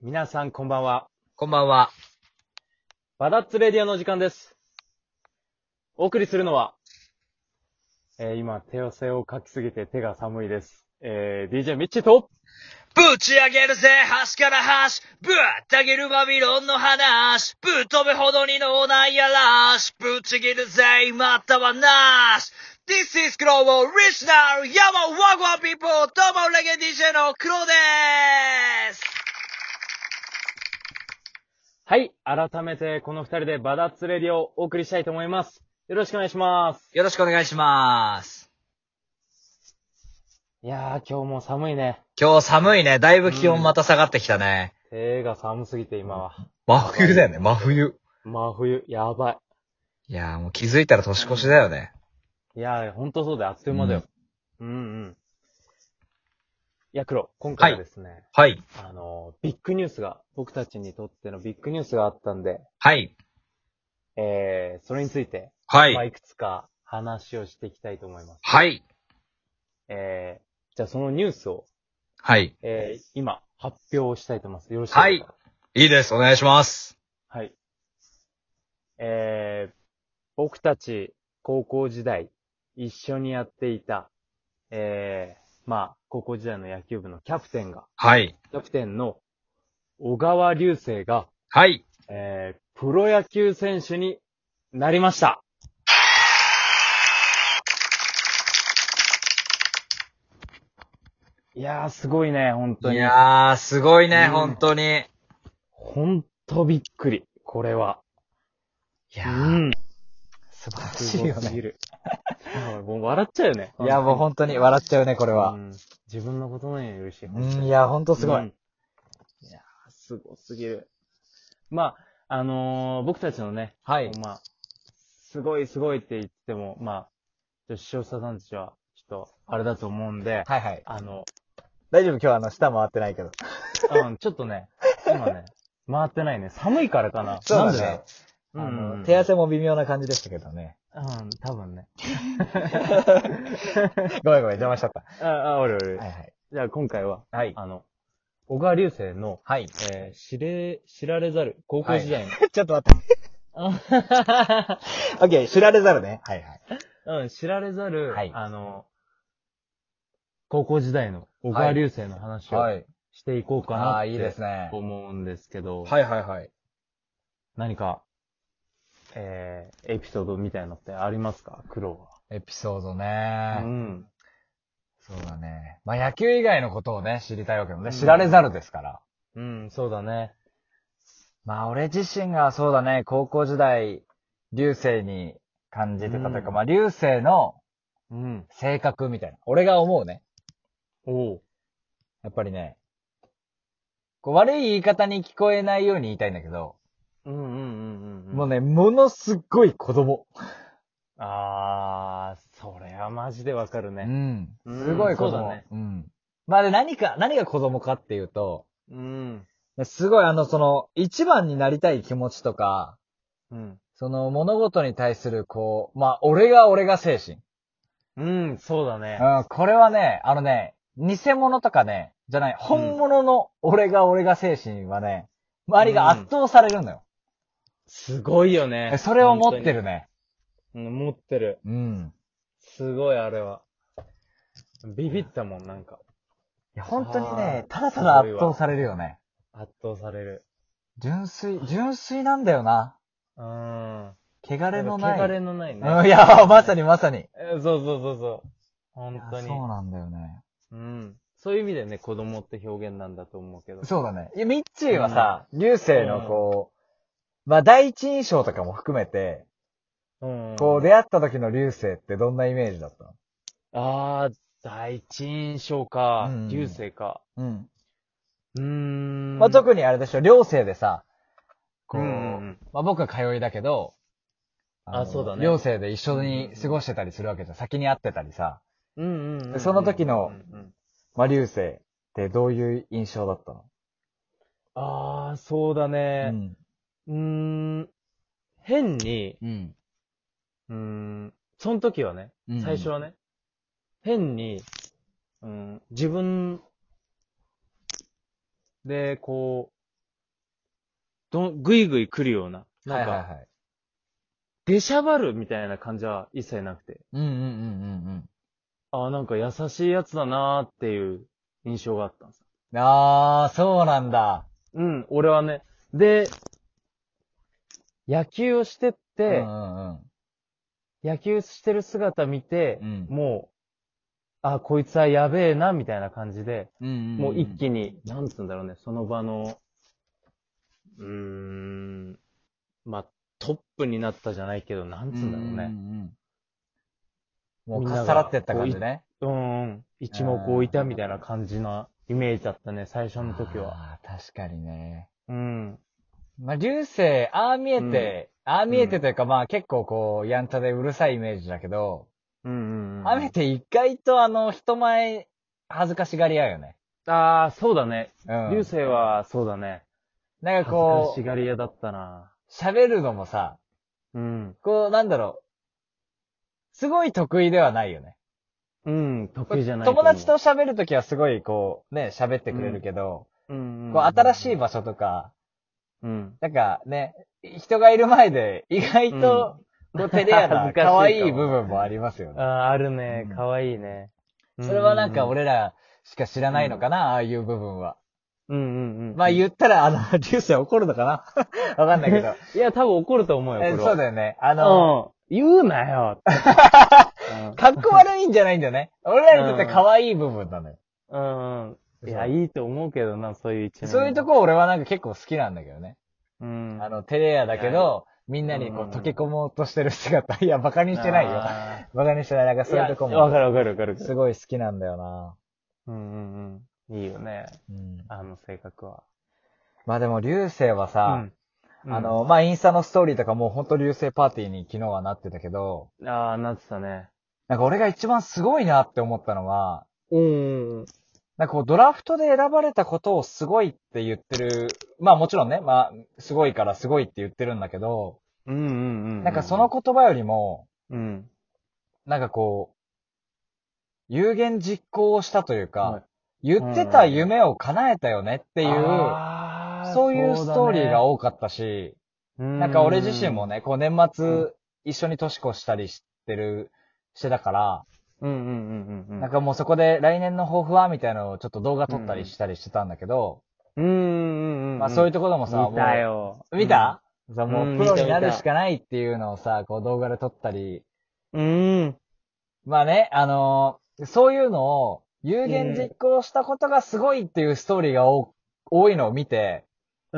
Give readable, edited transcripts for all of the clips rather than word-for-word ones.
皆さんこんばんは。 こんばんは。 バダッツレディオの時間です。お送りするのは、今手汗をかきすぎて手が寒いです。DJ ミッチーと、 ぶち上げるぜ、端から端。ぶった切るバビロンの話。ぶっ飛ぶほどに脳内やらし。ぶち切るぜ、またはなし。This is Global Original Yama Wagwan People どうもレゲエ DJ の黒でーす。 はい、改めてこの二人でバダッツレディオをお送りしたいと思います。よろしくお願いします。 よろしくお願いします。 いやー、今日も寒いね。 今日寒いね。だいぶ気温また下がってきたね。 手が寒すぎて今は。 真冬だよね、真冬。 真冬、やばい。 いやーもう気づいたら年越しだよね。 いやー、ほんとそうだよ、あっという間だよ。いや、黒、今回はですね、 はい。 ビッグニュースが、僕たちにとってのビッグニュースがあったんで、 はい。 それについて、 はい。 まあ、いくつか話をしていきたいと思います。 はい。 じゃあそのニュースを、 はい。 今、発表したいと思います。よろしいですか？ はい。いいです。お願いします。 はい。僕たち、高校時代、一緒にやっていた、まあ、高校時代の野球部のキャプテンの小川隆生が、 はい。 プロ野球選手になりました。いやー、すごいね、本当に。 いやー、すごいね、 うん本当に。 ほんとびっくり、これは。 いやー、素晴らしいよね。 すごすぎる。もう笑っちゃうよね。 いや、もう本当に笑っちゃうね、これは。 自分のことのように嬉しい。 いや、本当すごい。 いやー、すごすぎる。まあ、僕たちのね、 はい。 まあ、すごいって言っても、まあ、視聴者さんたちは、ちょっと、あれだと思うんで、 はいはい。 大大丈夫、今日舌回ってないけど。 ちょっとね、今ね、回ってないね。寒いからかな。 そうだね。 なんで手汗も微妙な感じでしたけどね。 多分ね。 ごめん、邪魔しちゃった。 俺。 はいはい。 じゃあ今回は、 はい。 小川隆生の、 はい。 知られざる高校時代の、 ちょっと待って。オッケー、知られざるね。はいはい。 知られざる、 はい高校時代の小川隆生の話をはい。 していこうかなっいいですてね。 思うんですけど、 はいはいはい。 何か、エピソードみたいのってありますか？黒は。 エピソードね。 ん。 そうだね。まあ野球以外のことをね、知りたいわけもね、 うん知られざるですから。 そうだね。 まあ俺自身がそうだね、高校時代、流星に感じてたというか、まあ流星の性格みたいな。俺が思うね。 おう。 やっぱりね、こう悪い言い方に聞こえないように言いたいんだけど、もうね、ものすっごい子供。 それはマジでわかるね。 すごい子供。 そうだね。 まあで何が子供かっていうと、 うんすごい一番になりたい気持ちとか、 うんその物事に対するまあ俺が精神。 そうだね。 これはね、偽物とかね、じゃない、本物の俺が精神はね、周りが圧倒されるのよ。 すごいよね。 それを持ってるね。 持ってる。すごいあれは。ビビったもん、なんか。 いや、本当にね、ただただ圧倒されるよね。 圧倒される。 純粋なんだよな。汚れのない。 汚れのないね。 いや、まさにまさに。 そう。本当に。 そうなんだよね。 そういう意味でね、子供って表現なんだと思うけど。 そうだね。いや、ミッチーはさ、流星のまあ、第一印象とかも含めて、出会った時の流星ってどんなイメージだったの？ 第一印象か。流星か。 まあ、特にあれでしょ、寮生でさ、まあ、僕は通いだけど、 そうだね。 寮生で一緒に過ごしてたりするわけじゃん。先に会ってたりさ。でその時の、まあ、流星ってどういう印象だったの？ そうだね。変に、その時はね、最初はね、変に、自分で、 ぐいぐい来るような、なんか、 はいはいはい。 出しゃばるみたいな感じは一切なくて、 うんうんうんうんなんか優しいやつだなーっていう印象があったんです。 うん。あー、そうなんだ。 うん、俺はね。で、野球をしてっうんうて、 んうん。 野球してる姿見て、 うん。 もう、こいつはやべえな、みたいな感じで、 うんうんうん。 もう一気に、なんつうんだろうね、その場の、うーん、まあ、トップになったじゃないけど、なんうんうんうつうんだろうね。 ん。もうみんかっなが、 さらってったこう、 感じね。 一目置いたみたいな感じなイメージだったね、最初の時は。 ああ、確かにね。 うん。 まあ、流星、 うん。 ああ見えてうん。 というかまあ結構こう、やんちゃでうるさいイメージだけど、 うんうんうんうん。 ああ見えて意外と人前恥ずかしがり屋よね。 ああ、そうだね。 うん。 流星は、そうだね。 なんか恥ずかしこがり屋だったな。 う、喋るのもさ、 うん。 こう、なんだろう、すごい得意ではないよね。 うん、得意じゃない友と思う。 達と喋るときはすごいこう、ね、喋ってくれるうん。 けど、 うんこう、 うん新しい場所とか、 うんうん。 なんかね、人がいる前で意外うん。うと、 ん。 こう、照れ屋な、 恥ずかし可愛いいかもね。 部分もありますよね。 あるね。 うん。 かわいいね。うんそれはなんかうんうん。 俺らしか知らないのうん。 かな、ああいう部分は。 うんうんうんまあうん。 言ったら、流星怒るのかなわかんないけど。 いや、多分怒ると思うよ、これは。 そうだよね。 うん。言うなよって。うん。 かっこ悪いんじゃないんだよね。俺らにとってうん。 可愛い部分なのよ。 うんうん。いや、 そいいと思うけどな、そういう一う。そういう面も。 とこ俺はなんか結構好きなんだけどね。 うん。 照れ屋だけいや、うど、みんなにこうんうん溶け込もうとしてる姿。いや、バカにうん。 してないよ。 あバカにしてない。なんかあ。いや、 そういうとこも、 わかるわかるわかるわかる。 すごい好きなんだよな。 うんうんうん。いいよね。 うん。 あの性格は。 まあでも、流星はさ、 うん。うん。 まあインスタのストーリーとかもうほんと流星パーティーに昨日はなってたけど、 ああ、なってたね。 なんか俺が一番すごいなって思ったのは、 うん。 なんかこうドラフトで選ばれたことをすごいって言ってる。まあもちろんね、まあすごいからすごいって言ってるんだけど、 うんうんうん。 なんかその言葉よりも、 うん。 なんかこう、有言実行をしたというか、 はい。 言ってた夢を叶えたよねっていう、 ああ、 そういうそうストーリーがだね。 多かったし、 うなんか俺自身ん。 もね、こう年うん末一緒に年越したりしてたから、 うんうんうんうんなんかもうそこで来年の抱負はみたいなのをちょっと動画うん。 撮ったりしたりしてたんだけど、 うんうんうんうん。 まあそういうところもさ、 見たもよ。 う、見たさ、もううん、 プロになる見た見た。 しかないっていうのをさ、こう動画で撮ったり、 うん。 まあね、そういうのを有言実うん。 行したことがすごいっていうストーリーが多いのを見て、 うん。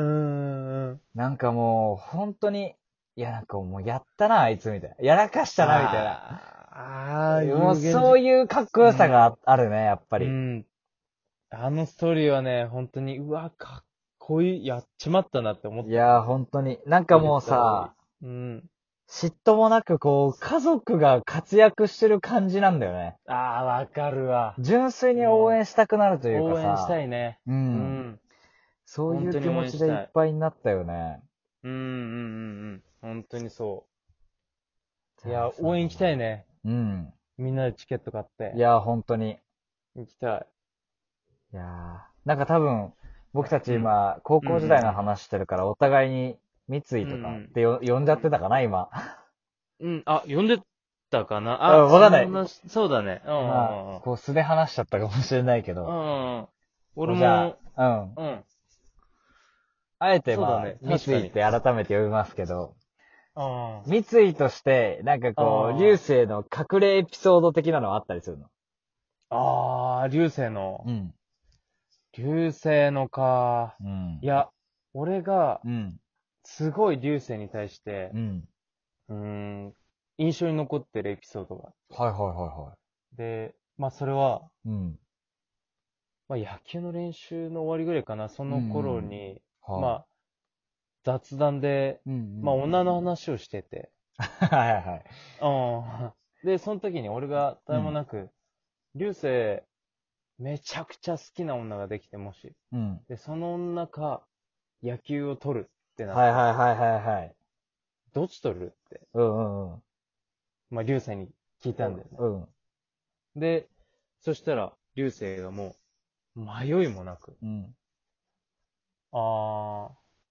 なんかもう本当に、いやなんかもうやったな、あいつみたいな。やらかしたな、みたいな。もう有言実、 そういうかっこよさがあるね、やっぱり。 うん。あのストーリーはね、本当に、うわ、かっこいい、やっちまったなって思った。 いやー、本当に。なんか言っもうた通り。 さ、 うん。 嫉妬もなくこう、家族が活躍してる感じなんだよね。 ああ、わかるわ。 純粋に応も援したくなるとう、 いうか応援したさ、 いね。 ううん。 ん。 そういう本当に応気持ちでいっ援したい。 ぱいになったよね。 うんうんうんうん。本当にそいう。いや、応援行きたいね。 うん。 みんなでチケット買って。 いやー、本当に。 行きたい。 いやー、なんか多分、僕たちうん。 今、高うんう校時代のん話してるから、お互いに、三井うん。うとかっんて呼んじゃってたかな、今。 うん。うん。あ、呼んでたかなうん、わかんない。 そんな、そうだね。うんうんまあ、こう素で話しちゃったかもしれないけど。 うんうん。うんうん。俺じゃも、 あ、うん。 うん。 あえてまあ、 そうだね。 三確かに。 井って改めて呼びますけど、 うん。 三井として、なんかこう、流あ星の隠れエピソード的なのあったりするの？ あ。ああ、流星の。 ん。 流星のか。 うん。 いや、俺が、 うん。 すごい流星に対して、 うん。 うーん、印象に残ってるエピソードが。 はいはいはで、まあそれは、 いはい。うん。 まあ野球の練習の終わりぐらいかな。その頃に、まはあ雑談で、 い。うんまあうん。 女の話をしてて。 はいはいはい。 うん。で、その時に俺が絶えもなく、流星、めちゃくちゃ好きな女ができてもし。 うん。 で、その女か、野球を取るってなはいったら、 はいはいはいはい。 どっち取るって、 うんうんうん。 まあ流星に聞いたんだよね。 うん。 で、そしたら、流星がもう、迷いもなく、 うん。 あー、いや、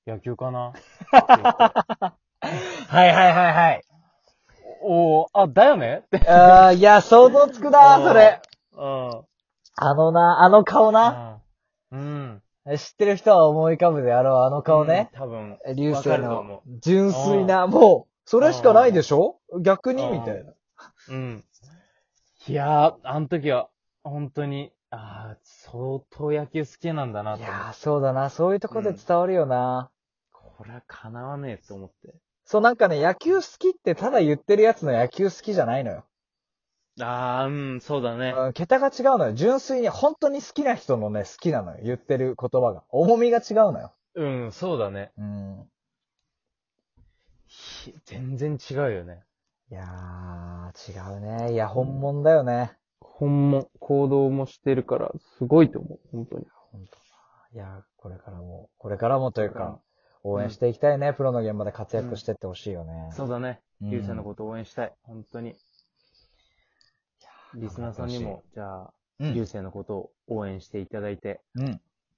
野球かなはいはいはいはい。 だよねって。 いや、想像つくな、それ。 うん。 あの顔な。 うん。 知ってる人は思い浮かぶであろう、あの顔ね。 多分。 流星の純粋うな、もう、それしかないでしょ逆にみたいな。 うん。いやー、あの時は、本当に、相当野球好きなんだなと思って。 いやー、そうだな。そういうとこで伝わるよな。 これは叶わねえと思って。 そう、なんかね、野球好きってただ言ってるやつの野球好きじゃないのよ。 そうだね。 桁が違うのよ。純粋に、本当に好きな人のね、好きなのよ。言ってる言葉が。重みが違うのよ。 そうだね。全然違うよね。 いやー、違うね。いや、本物だよね。 行動もしてるから、すごいと思う。本当に。 本当いや、これからもというか、応援していきたいね。プロの現場で活躍してってほしいよね。 そうだね。流星のことを応援したい。本当に。リスナーさんにも、じゃあ、流星のことを応援していただいて。じ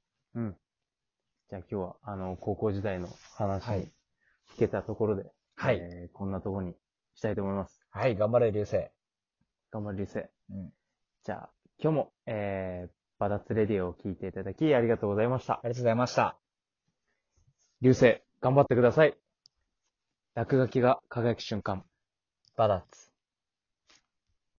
ゃあ今日は、高校時代の話に聞けたところで、こんなところにしたいと思います。 はい、頑張れ、流星。 頑張れ、流星。じゃあ、今日も、バダツレディオを聞いていただきありがとうございました。ありがとうございました。 流星、頑張ってください。落書きが輝く瞬間。 バダツ。